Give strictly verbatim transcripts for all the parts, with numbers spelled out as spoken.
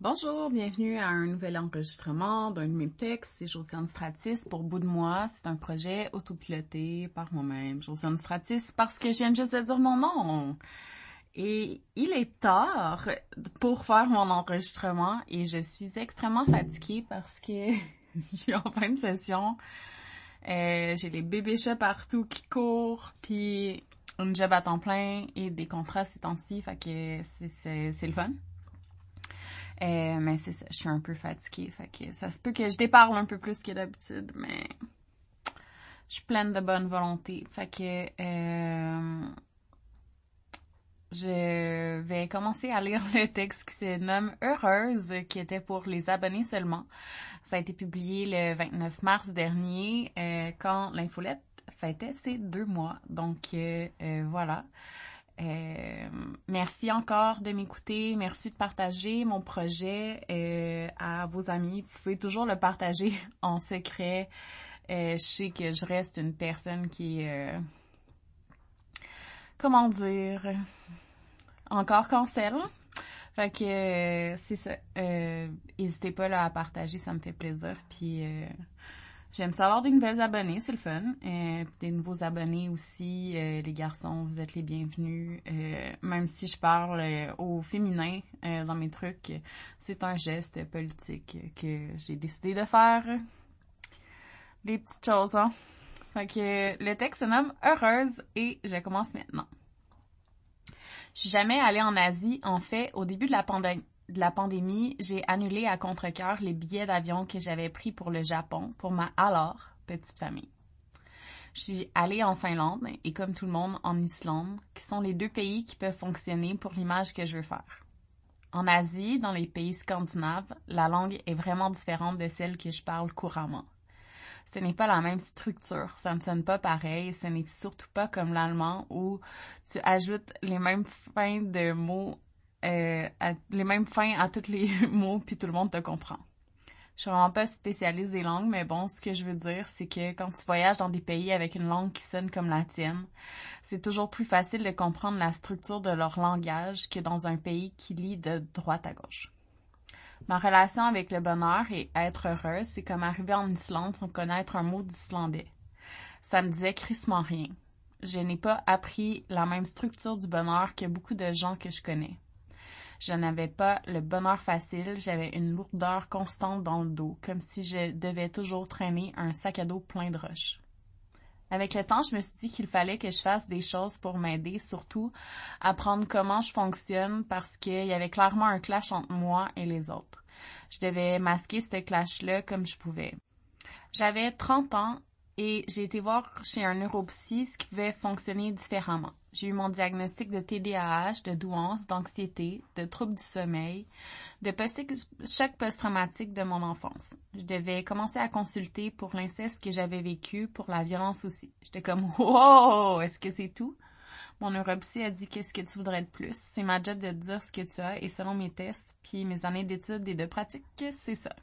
Bonjour, bienvenue à un nouvel enregistrement d'un de mes textes. C'est Josiane Stratis pour Bout de moi. C'est un projet autopiloté par moi-même. Josiane Stratis parce que je viens juste de dire mon nom. Et il est tard pour faire mon enregistrement et je suis extrêmement fatiguée parce que je suis en fin de session. Euh, j'ai les bébés chats partout qui courent, puis une job à temps plein et des contrats ces temps-ci, fait que c'est, c'est, c'est le fun. Euh, mais c'est ça, je suis un peu fatiguée, fait que ça se peut que je déparle un peu plus que d'habitude, mais je suis pleine de bonne volonté. Fait que euh, je vais commencer à lire le texte qui se nomme Heureuse, qui était pour les abonnés seulement. Ça a été publié le vingt-neuf mars dernier, euh, quand l'infolette fêtait ses deux mois. Donc euh, euh, voilà. Euh, merci encore de m'écouter, merci de partager mon projet euh, à vos amis. Vous pouvez toujours le partager en secret. Euh, je sais que je reste une personne qui est, euh, comment dire, encore cancel. Fait que euh, c'est ça. Euh, n'hésitez pas là, à partager, ça me fait plaisir. Puis euh, j'aime savoir des nouvelles abonnés, c'est le fun. Euh, des nouveaux abonnés aussi, euh, les garçons, vous êtes les bienvenus. Euh, même si je parle euh, au féminin euh, dans mes trucs, c'est un geste politique que j'ai décidé de faire. Les petites choses, hein. Fait que le texte se nomme Heureuse et je commence maintenant. Je suis jamais allée en Asie. En fait, au début de la pandémie, de la pandémie, j'ai annulé à contre-cœur les billets d'avion que j'avais pris pour le Japon pour ma alors petite famille. Je suis allée en Finlande et comme tout le monde en Islande, qui sont les deux pays qui peuvent fonctionner pour l'image que je veux faire. En Asie, dans les pays scandinaves, la langue est vraiment différente de celle que je parle couramment. Ce n'est pas la même structure, ça ne sonne pas pareil, ce n'est surtout pas comme l'allemand où tu ajoutes les mêmes fins de mots, euh, à, les mêmes fins à tous les mots puis tout le monde te comprend. Je suis vraiment pas spécialiste des langues, mais bon, ce que je veux dire, c'est que quand tu voyages dans des pays avec une langue qui sonne comme la tienne, c'est toujours plus facile de comprendre la structure de leur langage que dans un pays qui lit de droite à gauche. Ma relation avec le bonheur et être heureuse, c'est comme arriver en Islande sans connaître un mot d'islandais. Ça me disait crissement rien. Je n'ai pas appris la même structure du bonheur que beaucoup de gens que je connais. Je n'avais pas le bonheur facile, j'avais une lourdeur constante dans le dos, comme si je devais toujours traîner un sac à dos plein de roches. Avec le temps, je me suis dit qu'il fallait que je fasse des choses pour m'aider, surtout apprendre comment je fonctionne parce qu'il y avait clairement un clash entre moi et les autres. Je devais masquer ce clash-là comme je pouvais. J'avais trente ans et j'ai été voir chez un neuropsy ce qui pouvait fonctionner différemment. J'ai eu mon diagnostic de T D A H, de douance, d'anxiété, de troubles du sommeil, de post-choc post-traumatique de mon enfance. Je devais commencer à consulter pour l'inceste que j'avais vécu, pour la violence aussi. J'étais comme « Wow! Est-ce que c'est tout? » Mon neuropsy a dit « Qu'est-ce que tu voudrais de plus? » C'est ma job de te dire ce que tu as et selon mes tests, puis mes années d'études et de pratique, c'est ça.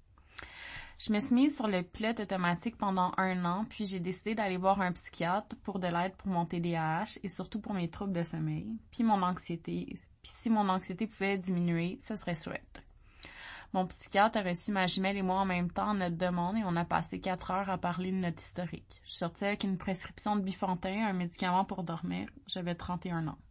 Je me suis mise sur le pilote automatique pendant un an, puis j'ai décidé d'aller voir un psychiatre pour de l'aide pour mon T D A H et surtout pour mes troubles de sommeil, puis mon anxiété. Puis si mon anxiété pouvait diminuer, ce serait chouette. Mon psychiatre a reçu ma jumelle et moi en même temps en notre demande et on a passé quatre heures à parler de notre historique. Je suis sortie avec une prescription de Bifontaine, un médicament pour dormir. J'avais trente et un ans.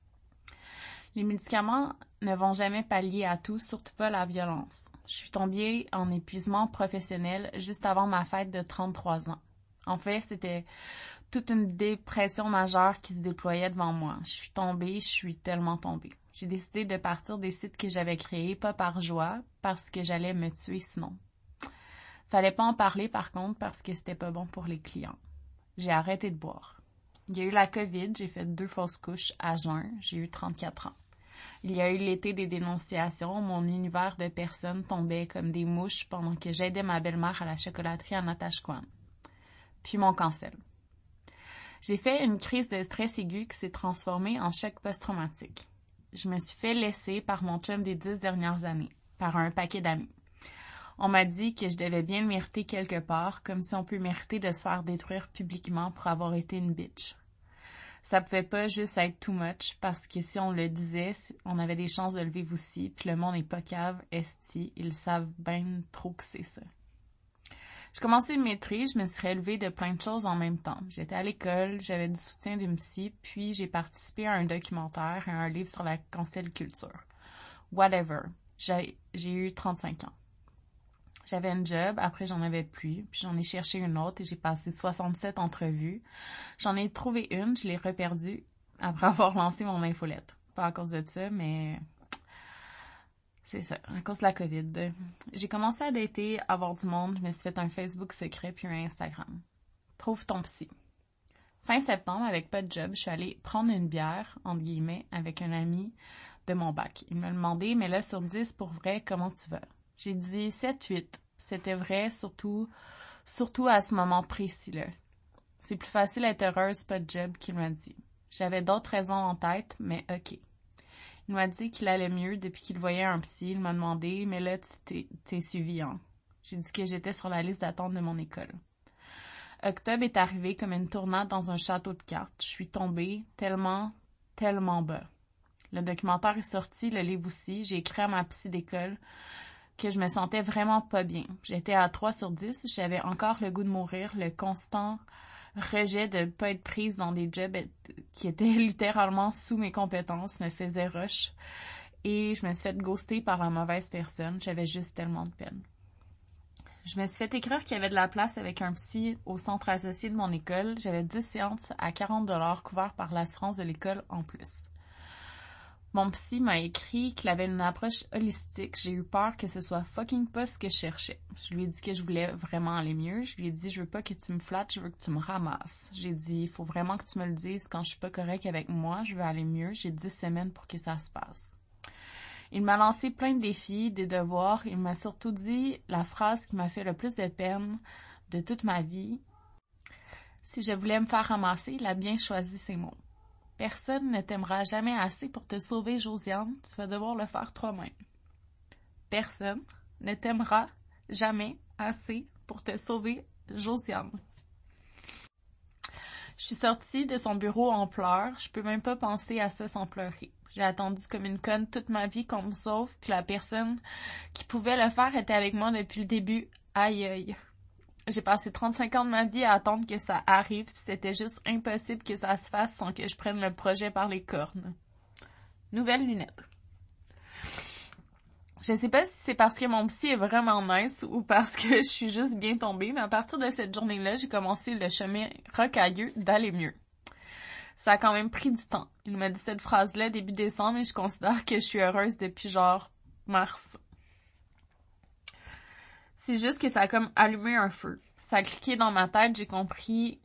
Les médicaments ne vont jamais pallier à tout, surtout pas la violence. Je suis tombée en épuisement professionnel juste avant ma fête de trente-trois ans. En fait, c'était toute une dépression majeure qui se déployait devant moi. Je suis tombée, je suis tellement tombée. J'ai décidé de partir des sites que j'avais créés, pas par joie, parce que j'allais me tuer sinon. Fallait pas en parler par contre parce que c'était pas bon pour les clients. J'ai arrêté de boire. Il y a eu la COVID, j'ai fait deux fausses couches à jeun, j'ai eu trente-quatre ans. Il y a eu l'été des dénonciations, mon univers de personnes tombait comme des mouches pendant que j'aidais ma belle-mère à la chocolaterie à Natashquan. Puis mon cancel. J'ai fait une crise de stress aigu qui s'est transformée en choc post-traumatique. Je me suis fait laisser par mon chum des dix dernières années, par un paquet d'amis. On m'a dit que je devais bien le mériter quelque part, comme si on peut mériter de se faire détruire publiquement pour avoir été une bitch. ça pouvait pas juste être too much, parce que si on le disait, on avait des chances de le vivre aussi, puis le monde est pas cave, esti, ils savent bien trop que c'est ça. J'ai commencé une maîtrise, je me suis relevée de plein de choses en même temps. J'étais à l'école, j'avais du soutien d'une psy, puis j'ai participé à un documentaire et à un livre sur la cancel culture. Whatever. J'ai, j'ai eu trente-cinq ans. J'avais un job, après j'en avais plus, puis j'en ai cherché une autre et j'ai passé soixante-sept entrevues. J'en ai trouvé une, je l'ai reperdue après avoir lancé mon infolettre. Pas à cause de ça, mais c'est ça, à cause de la COVID. J'ai commencé à dater, à avoir du monde, je me suis fait un Facebook secret puis un Instagram. Trouve ton psy. Fin septembre, avec pas de job, je suis allée prendre une bière, entre guillemets, avec un ami de mon bac. Il m'a demandé, mais là, sur dix, pour vrai, comment tu vas? J'ai dit sept huit. C'était vrai, surtout, surtout à ce moment précis-là. C'est plus facile d'être heureuse, pas de job, qu'il m'a dit. J'avais d'autres raisons en tête, mais ok. Il m'a dit qu'il allait mieux depuis qu'il voyait un psy. Il m'a demandé, mais là, tu t'es, t'es suivi, hein? J'ai dit que j'étais sur la liste d'attente de mon école. Octobre est arrivé comme une tournade dans un château de cartes. Je suis tombée tellement, tellement bas. Le documentaire est sorti, le livre aussi. J'ai écrit à ma psy d'école que je me sentais vraiment pas bien. J'étais à trois sur dix. J'avais encore le goût de mourir, le constant rejet de ne pas être prise dans des jobs qui étaient littéralement sous mes compétences me faisait rush et je me suis fait ghoster par la mauvaise personne. J'avais juste tellement de peine. Je me suis fait écrire qu'il y avait de la place avec un psy au centre associé de mon école. J'avais dix séances à quarante dollars couverts par l'assurance de l'école en plus. Mon psy m'a écrit qu'il avait une approche holistique. J'ai eu peur que ce soit fucking pas ce que je cherchais. Je lui ai dit que je voulais vraiment aller mieux. Je lui ai dit, je veux pas que tu me flattes, je veux que tu me ramasses. J'ai dit, il faut vraiment que tu me le dises quand je suis pas correct avec moi. Je veux aller mieux. J'ai dix semaines pour que ça se passe. Il m'a lancé plein de défis, des devoirs. Il m'a surtout dit la phrase qui m'a fait le plus de peine de toute ma vie. Si je voulais me faire ramasser, il a bien choisi ses mots. Personne ne t'aimera jamais assez pour te sauver, Josiane. Tu vas devoir le faire toi-même. Personne ne t'aimera jamais assez pour te sauver, Josiane. Je suis sortie de son bureau en pleurs. Je peux même pas penser à ça sans pleurer. J'ai attendu comme une conne toute ma vie qu'on me sauve, puis la personne qui pouvait le faire était avec moi depuis le début. Aïe aïe. J'ai passé trente-cinq ans de ma vie à attendre que ça arrive, puis c'était juste impossible que ça se fasse sans que je prenne le projet par les cornes. Nouvelle lunette. Je sais pas si c'est parce que mon psy est vraiment nice ou parce que je suis juste bien tombée, mais à partir de cette journée-là, j'ai commencé le chemin rocailleux d'aller mieux. Ça a quand même pris du temps. Il m'a dit cette phrase-là début décembre et je considère que je suis heureuse depuis genre mars. C'est juste que ça a comme allumé un feu. Ça a cliqué dans ma tête, j'ai compris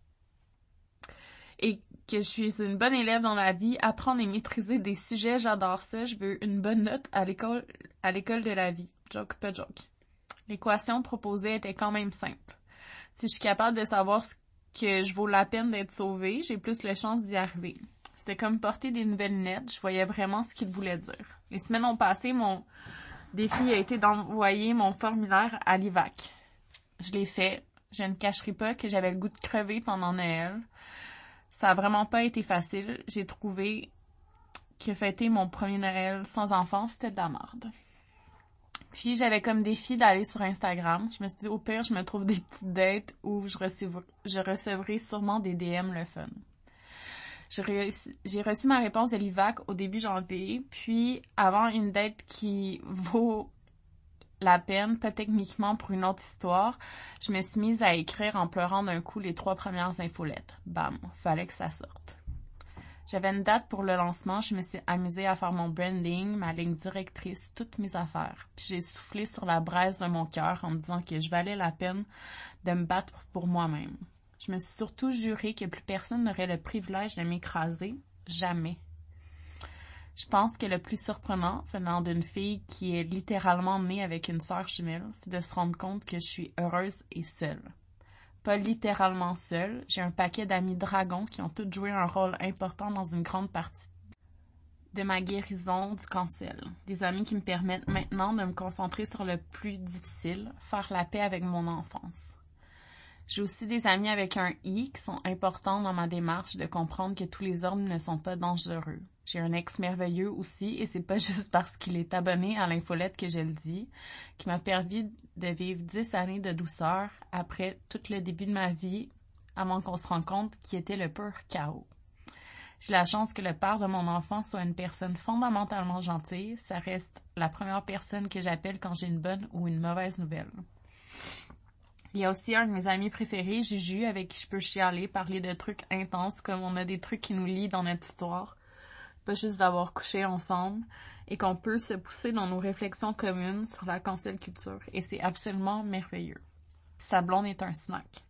et que je suis une bonne élève dans la vie, apprendre et maîtriser des sujets, j'adore ça. Je veux une bonne note à l'école, à l'école de la vie. Joke, pas joke. L'équation proposée était quand même simple. Si je suis capable de savoir ce que je vaux la peine d'être sauvée, j'ai plus de chances d'y arriver. C'était comme porter des nouvelles lunettes, je voyais vraiment ce qu'il voulait dire. Les semaines ont passé, mon défi a été d'envoyer mon formulaire à l'I V A C. Je l'ai fait. Je ne cacherai pas que j'avais le goût de crever pendant Noël. Ça a vraiment pas été facile. J'ai trouvé que fêter mon premier Noël sans enfant, c'était de la merde. Puis j'avais comme défi d'aller sur Instagram. Je me suis dit, au pire, je me trouve des petites dates où je recevrai, je recevrai sûrement des D M le fun. J'ai, réussi, j'ai reçu ma réponse de l'I V A C au début janvier, puis avant une date qui vaut la peine, pas techniquement pour une autre histoire, je me suis mise à écrire en pleurant d'un coup les trois premières infolettres. Bam, fallait que ça sorte. J'avais une date pour le lancement, je me suis amusée à faire mon branding, ma ligne directrice, toutes mes affaires. Puis j'ai soufflé sur la braise de mon cœur en me disant que je valais la peine de me battre pour moi-même. Je me suis surtout juré que plus personne n'aurait le privilège de m'écraser. Jamais. Je pense que le plus surprenant, venant d'une fille qui est littéralement née avec une sœur jumelle, c'est de se rendre compte que je suis heureuse et seule. Pas littéralement seule, j'ai un paquet d'amis dragons qui ont tous joué un rôle important dans une grande partie de ma guérison du cancel. Des amis qui me permettent maintenant de me concentrer sur le plus difficile, faire la paix avec mon enfance. J'ai aussi des amis avec un I qui sont importants dans ma démarche de comprendre que tous les hommes ne sont pas dangereux. J'ai un ex merveilleux aussi, et c'est pas juste parce qu'il est abonné à l'infolette que je le dis, qui m'a permis de vivre dix années de douceur après tout le début de ma vie, avant qu'on se rende compte qu'il était le pur chaos. J'ai la chance que le père de mon enfant soit une personne fondamentalement gentille. Ça reste la première personne que j'appelle quand j'ai une bonne ou une mauvaise nouvelle. Il y a aussi un de mes amis préférés, Juju, avec qui je peux chialer, parler de trucs intenses, comme on a des trucs qui nous lient dans notre histoire. Pas juste d'avoir couché ensemble, et qu'on peut se pousser dans nos réflexions communes sur la cancel culture. Et c'est absolument merveilleux. Puis sa blonde est un snack.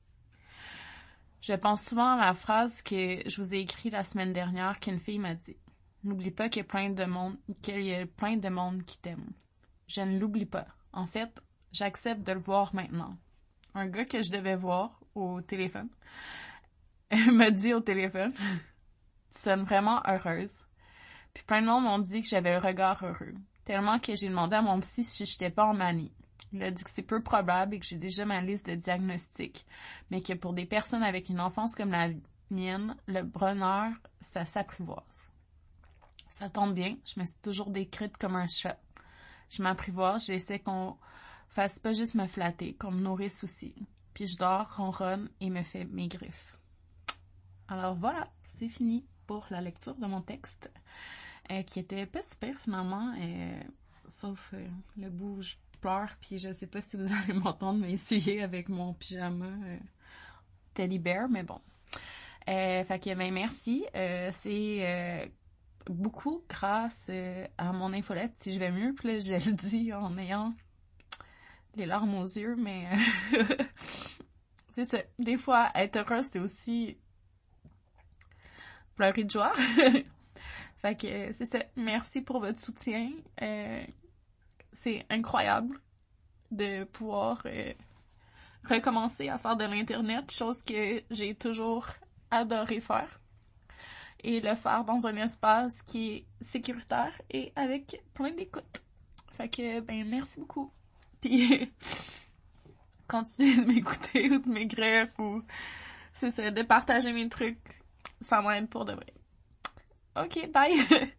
Je pense souvent à la phrase que je vous ai écrite la semaine dernière qu'une fille m'a dit. N'oublie pas qu'il y a plein de monde, qu'il y a plein de monde qui t'aime. Je ne l'oublie pas. En fait, j'accepte de le voir maintenant. Un gars que je devais voir au téléphone m'a dit au téléphone « Tu sonnes vraiment heureuse ». Puis plein de monde m'ont dit que j'avais le regard heureux. Tellement que j'ai demandé à mon psy si j'étais pas en manie. Il a dit que c'est peu probable et que j'ai déjà ma liste de diagnostics, mais que pour des personnes avec une enfance comme la mienne, le bonheur, ça s'apprivoise. Ça tombe bien, je me suis toujours décrite comme un chat. Je m'apprivoise, j'essaie qu'on fasse pas juste me flatter, qu'on me nourrisse aussi. Puis je dors, ronronne et me fais mes griffes. Alors voilà, c'est fini pour la lecture de mon texte, euh, qui était pas super finalement, euh, sauf euh, le bout où je pleure, puis je sais pas si vous allez m'entendre m'essuyer avec mon pyjama euh, teddy bear, mais bon. Euh, fait que ben merci, euh, c'est euh, beaucoup grâce euh, à mon infolette si je vais mieux, puis là je le dis en ayant les larmes aux yeux, mais euh, c'est ça, des fois être heureuse c'est aussi pleurer de joie. Fait que euh, c'est ça, merci pour votre soutien, euh, c'est incroyable de pouvoir euh, recommencer à faire de l'internet, chose que j'ai toujours adoré faire, et le faire dans un espace qui est sécuritaire et avec plein d'écoute. Fait que ben merci beaucoup. Puis continuez de m'écouter ou de m'écrire ou c'est ça, de partager mes trucs, ça m'aide pour de vrai. Ok, bye.